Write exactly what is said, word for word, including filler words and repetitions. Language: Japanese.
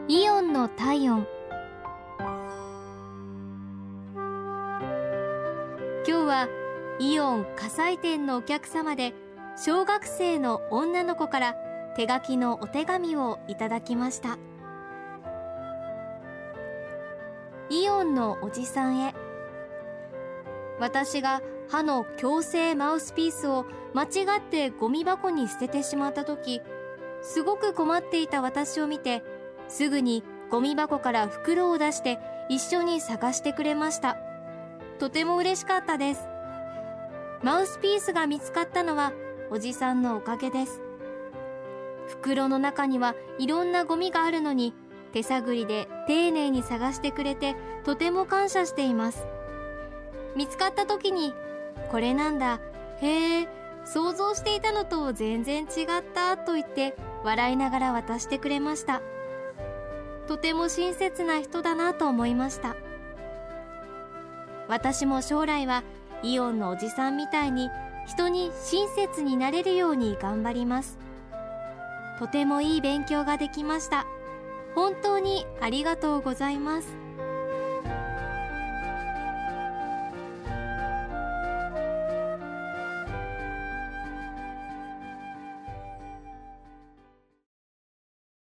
イオンの体温。今日はイオン火災店のお客様で小学生の女の子から手書きのお手紙をいただきました。イオンのおじさんへ。私が歯の矯正マウスピースを間違ってゴミ箱に捨ててしまった時、すごく困っていた私を見て、すぐにゴミ箱から袋を出して一緒に探してくれました。とても嬉しかったです。マウスピースが見つかったのはおじさんのおかげです。袋の中にはいろんなゴミがあるのに、手探りで丁寧に探してくれてとても感謝しています。見つかった時に、これなんだ、へえ、想像していたのと全然違ったと言って笑いながら渡してくれました。とても親切な人だなと思いました。私も将来はイオンのおじさんみたいに人に親切になれるように頑張ります。とてもいい勉強ができました。本当にありがとうございます。